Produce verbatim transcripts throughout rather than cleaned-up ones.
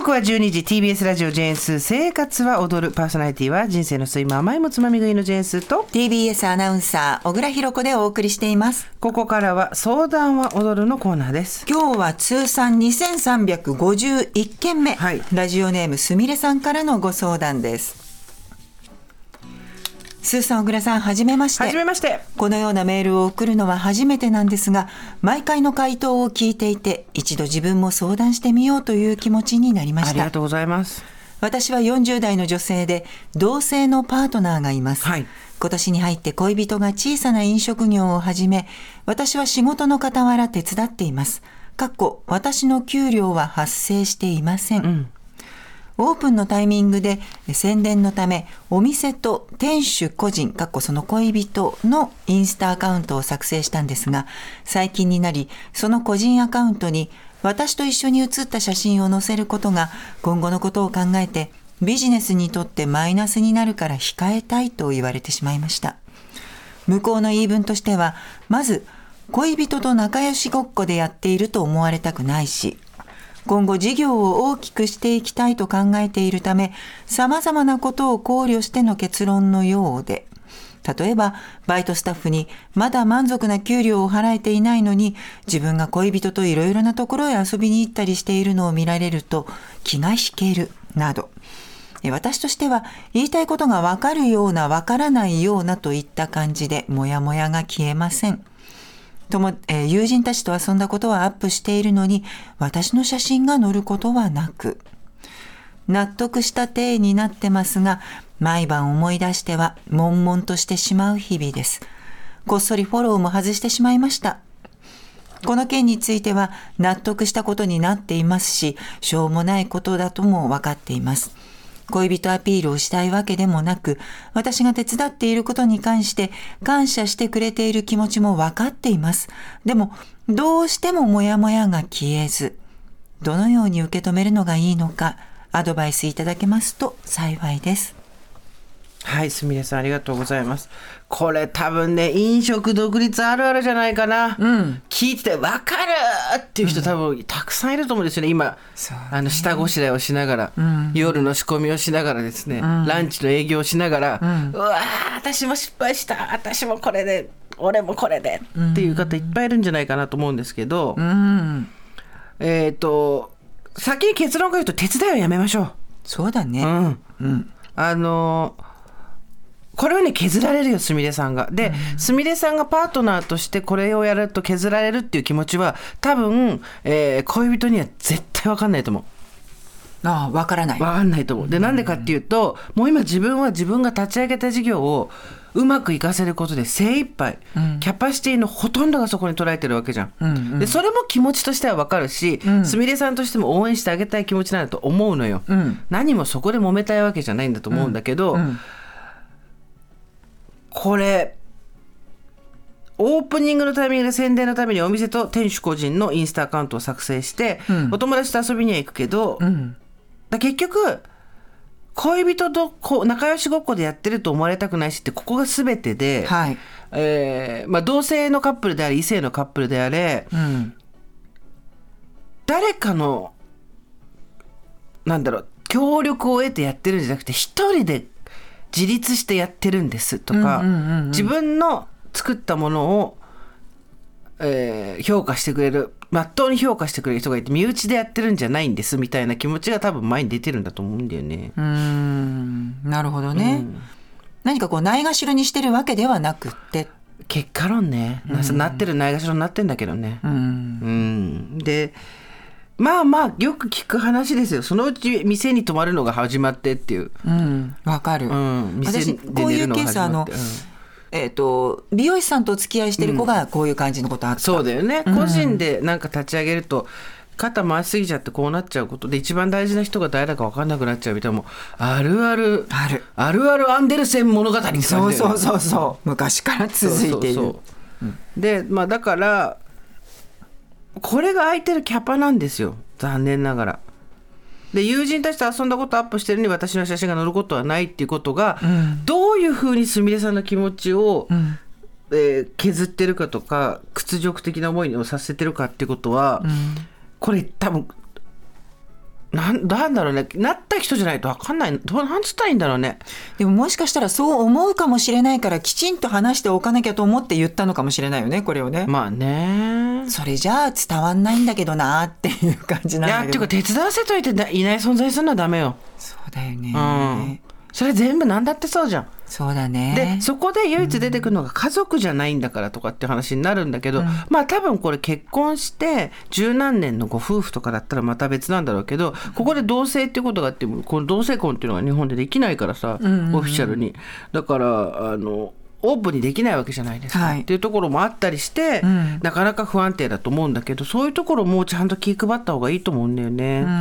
刻はじゅうにじ ティービーエス ラジオジェーンス生活は踊る。パーソナリティは人生の酸いも甘いもつまみ食いのジェーンスとティービーエス アナウンサー小倉弘子でお送りしています。 ここからは相談は踊るのコーナーです。 今日は通算にせんさんびゃくごじゅういっけんめ、はい、ラジオネームすみれさんからのご相談です。スーさん、小倉さん、はじめまして。 はじめまして。 このようなメールを送るのは初めてなんですが、毎回の回答を聞いていて、一度自分も相談してみようという気持ちになりました。 ありがとうございます。 私はよんじゅうだいの女性で、同性のパートナーがいます。 はい、 今年に入って恋人が小さな飲食業を始め、私は仕事の傍ら手伝っています。かっこ私の給料は発生していません。うん、オープンのタイミングで宣伝のためお店と店主個人かっこその恋人のインスタアカウントを作成したんですが、最近になりその個人アカウントに私と一緒に写った写真を載せることが今後のことを考えてビジネスにとってマイナスになるから控えたいと言われてしまいました。向こうの言い分としては、まず恋人と仲良しごっこでやっていると思われたくないし、今後事業を大きくしていきたいと考えているため、様々なことを考慮しての結論のようで、例えばバイトスタッフにまだ満足な給料を払えていないのに、自分が恋人といろいろなところへ遊びに行ったりしているのを見られると気が引けるなど、私としては言いたいことが分かるような分からないようなといった感じでモヤモヤが消えません。とも、えー、友人たちと遊んだことはアップしているのに、私の写真が載ることはなく、納得した体になってますが、毎晩思い出しては悶々としてしまう日々です。こっそりフォローも外してしまいました。この件については納得したことになっていますし、しょうもないことだとも分かっています。恋人アピールをしたいわけでもなく、私が手伝っていることに関して感謝してくれている気持ちも分かっています。でもどうしてもモヤモヤが消えず、どのように受け止めるのがいいのかアドバイスいただけますと幸いです。 はい、すみれさんありがとうございます。これ多分ね、飲食独立あるあるじゃないかな、うん、聞いてて分かるっていう人多分たくさんいると思うんですよね。今、ね、あの下ごしらえをしながら、うん、夜の仕込みをしながらですね、うん、ランチの営業をしながら、うん、うわ私も失敗した、私もこれで俺もこれで、うん、っていう方いっぱいいるんじゃないかなと思うんですけど、うん、えっと先に結論から言うと手伝いをやめましょう。 そうだね、 うんうん、あのこれはね削られるよ、すみれさんが。で、すみれさんがパートナーとしてこれをやると削られるっていう気持ちは多分、えー、恋人には絶対分かんないと思う。 ああ、分からない。 分かんないと思う。で、なんでかっていうと、もう今自分は自分が立ち上げた事業をうまくいかせることで精一杯、うん、キャパシティのほとんどがそこに捉えてるわけじゃん、うんうん、でそれも気持ちとしては分かるし、すみれさんとしても応援してあげたい気持ちなんだと思うのよ、うん、何もそこで揉めたいわけじゃないんだと思うんだけど、うんうん、これオープニングのタイミングで宣伝のためにお店と店主個人のインスタアカウントを作成して、うん、お友達と遊びには行くけど、うん、だ結局恋人とこう仲良しごっこでやってると思われたくないしって、ここが全てで、はい、えーまあ、同性のカップルであれ異性のカップルであれ、うん、誰かのなんだろう協力を得てやってるんじゃなくて一人で自立してやってるんですとか、うんうんうんうん、自分の作ったものを、えー、評価してくれる、まっとうに評価してくれる人がいて身内でやってるんじゃないんですみたいな気持ちが多分前に出てるんだと思うんだよね。 うーん、なるほどね、うん、何かこうないがしろにしてるわけではなくって、 結果論ね、うん、なってるないがしろになってんだけどね、うん、うん、でまあまあよく聞く話ですよ。そのうち店に泊まるのが始まってっていう、 うん、わかる、うん、店で寝るのが始まって、私こういうケースあの、うん、えーと、美容師さんとお付き合いしてる子がこういう感じのことあった、うん、 そうだよね、うん、個人でなんか立ち上げると肩回しすぎちゃってこうなっちゃうことで、一番大事な人が誰だか分かんなくなっちゃうみたいな、もうあるあるあるあるあるアンデルセン物語って感じだよね。 そうそうそうそう、昔から続いている。そうそうそう、 うん、で、まあ、だからこれが空いてるキャパなんですよ、残念ながら。で友人たちと遊んだことアップしてるのに私の写真が載ることはないっていうことが、うん、どういうふうにすみれさんの気持ちを、うんえー、削ってるかとか屈辱的な思いをさせてるかっていうことは、うん、これ多分なんなんだろうね、なった人じゃないと分かんない、どうなんつったらいいんだろうね。 でももしかしたらそう思うかもしれないからきちんと話しておかなきゃと思って言ったのかもしれないよね、これをね。 まあね。 それじゃあ伝わんないんだけどなっていう感じなんだけど。いやっていうか手伝わせといていない存在するのはダメよ。 そうだよね、 うん、それ全部何だってそうじゃん。 そうだね。 でそこで唯一出てくるのが家族じゃないんだからとかって話になるんだけど、うん、まあ多分これ結婚して十何年のご夫婦とかだったらまた別なんだろうけど、ここで同性っていうことがあってもこの同性婚っていうのが日本でできないからさ、うんうんうん、オフィシャルにだからあのオープンにできないわけじゃないですか、はい、っていうところもあったりして、うん、なかなか不安定だと思うんだけど、そういうところもちゃんと気配った方がいいと思うんだよね。うん、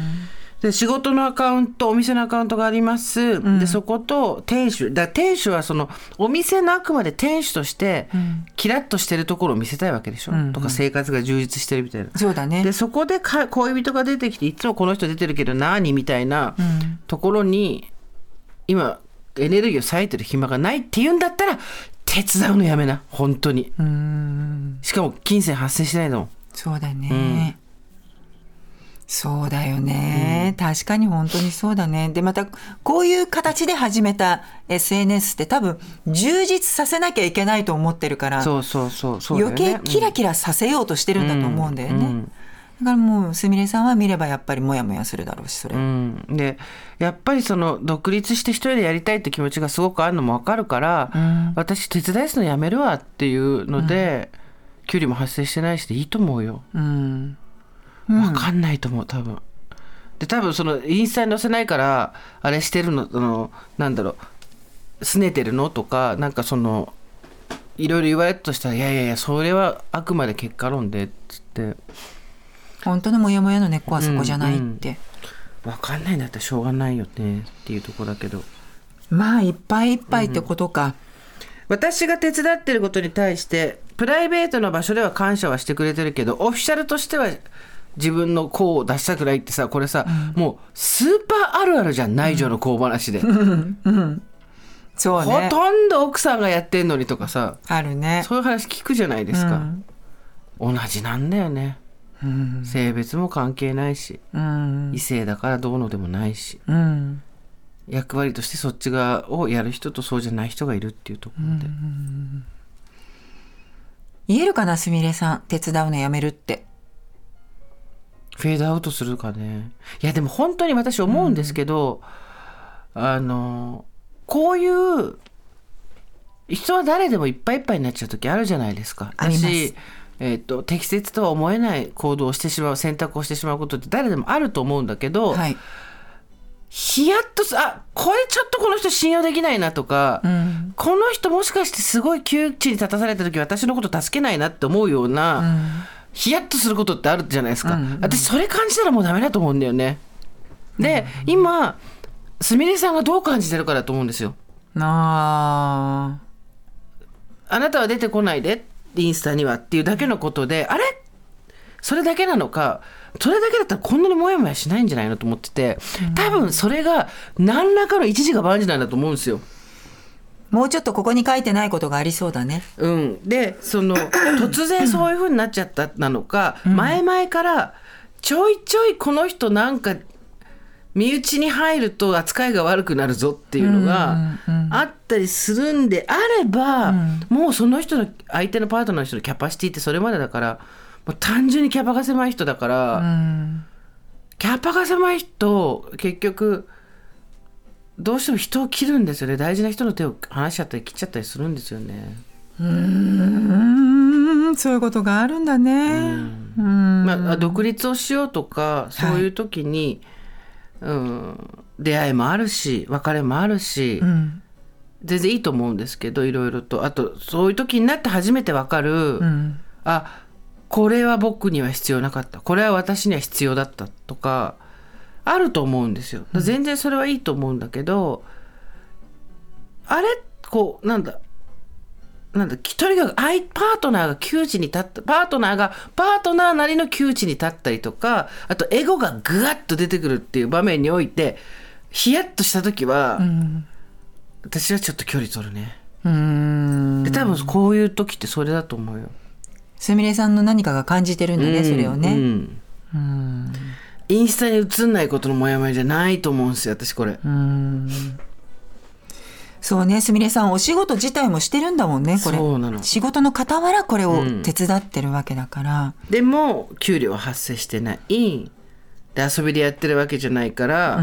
で仕事のアカウント、お店のアカウントがあります、うん、でそこと店主だ、店主はそのお店のあくまで店主としてキラッとしてるところを見せたいわけでしょ、うんうん、とか生活が充実してるみたいな。 そうだね。 でそこでか恋人が出てきていつもこの人出てるけど何みたいなところに今エネルギーを割いてる暇がないっていうんだったら手伝うのやめな、本当に。うーん、しかも金銭発生しないの。 そうだね、うん、そうだよね、うん、確かに本当にそうだね。でまたこういう形で始めた エスエヌエス って多分充実させなきゃいけないと思ってるから、 そうそうそうそうだよね、 余計キラキラさせようとしてるんだと思うんだよね、うんうん、だからもうすみれさんは見ればやっぱりモヤモヤするだろうし、それ、うん、 でやっぱりその独立して一人でやりたいって気持ちがすごくあるのも分かるから、うん、私手伝いするのやめるわっていうので、うん、給料も発生してないしでいいと思うよ、うんうん、分かんないと思う多分。で多分そのインスタに載せないからあれしてるの、あのなんだろう拗ねてるのとかなんかそのいろいろ言われたとしたら、いやいやいやそれはあくまで結果論でっつって、 本当のモヤモヤの根っこはそこじゃないって、うんうん、分かんないんだったらしょうがないよねっていうところだけど、 まあいっぱいいっぱいってことか、うん、 私が手伝ってることに対してプライベートの場所では感謝はしてくれてるけどオフィシャルとしては自分の功を出したくないってさ、これさ、うん、もうスーパーあるあるじゃん、内情の功話で、うんうん、そうね、ほとんど奥さんがやってんのにとかさ、 あるね、 そういう話聞くじゃないですか、うん、同じなんだよね、うん、性別も関係ないし、うん、異性だからどうのでもないし、うん、役割としてそっち側をやる人とそうじゃない人がいるっていうところで、うん、 言えるかな、すみれさん、手伝うのやめるって。 フェードアウトするかね。いやでも本当に私思うんですけど、うん、あのこういう人は誰でもいっぱいいっぱいになっちゃう時あるじゃないですか。 あります。 私、えーと、適切とは思えない行動をしてしまう、選択をしてしまうことって誰でもあると思うんだけど、はい、ヒヤッとす、あ、これちょっとこの人信用できないなとか、うん、この人もしかしてすごい窮地に立たされた時私のこと助けないなって思うような、うん、ヒヤッとすることってあるじゃないですか、うんうん、私それ感じたらもうダメだと思うんだよね。で、うん、今すみれさんがどう感じてるかだと思うんですよ。ああなたは出てこないでインスタにはっていうだけのことで、あれそれだけなのか、それだけだったらこんなにモヤモヤしないんじゃないのと思ってて、多分それが何らかの一時が万事なんだと思うんですよ。 もうちょっとここに書いてないことがありそうだね。 うん、でその突然そういう風になっちゃったなのか、うん、前々からちょいちょいこの人なんか身内に入ると扱いが悪くなるぞっていうのがあったりするんであれば、うんうん、もうその人の相手のパートナーの人のキャパシティってそれまでだから、もう単純にキャパが狭い人だから、うん、キャパが狭い人結局どうしても人を切るんですよね。大事な人の手を離しちゃったり切っちゃったりするんですよね。 うーん、そういうことがあるんだね。うん、 うん、まあ、独立をしようとかそういう時に、はい、うん、出会いもあるし別れもあるし、うん、全然いいと思うんですけど、いろいろとあとそういう時になって初めて分かる、うん、あ、これは僕には必要なかった、これは私には必要だったとかあると思うんですよ。全然それはいいと思うんだけど、うん、あれこうなんだなんだとにかくパートナーが窮地に立ったパートナーがパートナーなりの窮地に立ったりとか、あとエゴがグワッと出てくるっていう場面においてヒヤッとした時は、うん、私はちょっと距離取るね。うーん、で多分こういう時ってそれだと思うよ。 すみれさんの何かが感じてるんだね、うん、それをね、うん、うーん、 インスタに映んないことのモヤモヤじゃないと思うんですよ私これ。 うーん、そうね、すみれさんお仕事自体もしてるんだもんねこれ。 そうなの。 仕事の傍らこれを手伝ってるわけだから、 うん、でも給料は発生してないで遊びでやってるわけじゃないから、うん、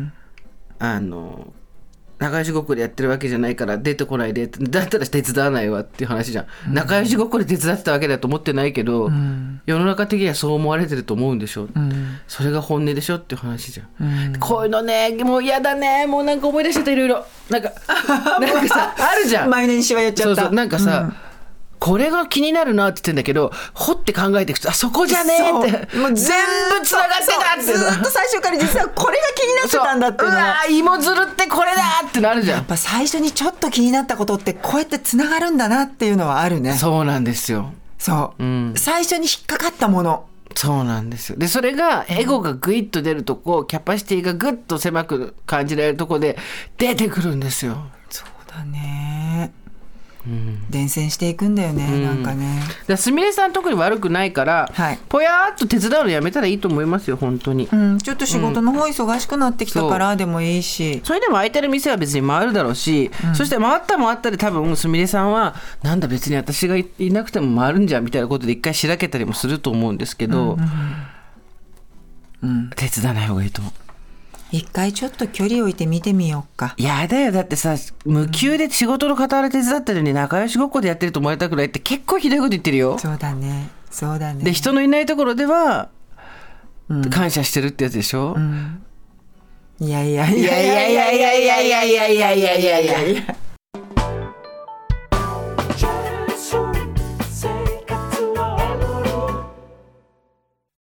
あの仲良しごっこでやってるわけじゃないから出てこないでだったら手伝わないわっていう話じゃん、うん、仲良しごっこで手伝ってたわけだと思ってないけど、うん、世の中的にはそう思われてると思うんでしょ、うん、それが本音でしょっていう話じゃん、うん、こういうのねもう嫌だねもうなんか思い出しちゃったいろいろなんかなんかさあるじゃん前にしわ寄っちゃった。 そうそうなんかさ、うんこれが気になるなって言ってんだけど掘って考えていくとあそこじゃねえってもう全部つながってたってずっと最初から実はこれが気になってたんだっていうのはうわ芋づるってこれだってなるじゃん。 やっぱ最初にちょっと気になったことってこうやってつながるんだなっていうのはあるね。 そうなんですよ。 そう、うん、最初に引っかかったものそうなんですよ。でそれがエゴがグイッと出るとこキャパシティがグッと狭く感じられるとこで出てくるんですよ。 そうだねうん、伝染していくんだよね、うん、なんかね。 だすみれさん特に悪くないから、はい、ぽやーっと手伝うのやめたらいいと思いますよ本当に、 うん、ちょっと仕事の方忙しくなってきたからでもいいし、 うん、それでも空いてる店は別に回るだろうし、うん、そして回った回ったで多分すみれさんはなんだ別に私がいなくても回るんじゃんみたいなことで一回しらけたりもすると思うんですけど、うんうんうん、手伝わない方がいいと思う。 一回ちょっと距離置いて見てみようか。 やだよだってさ無給で仕事の傍ら手伝ってるのに仲良しごっこでやってると思われたくないって結構ひどいこと言ってるよ。 そうだねそうだね。 で人のいないところでは、うん、感謝してるってやつでしょ、うん、 いやいやいやいやいやいやいやいやいやいやいやいやいや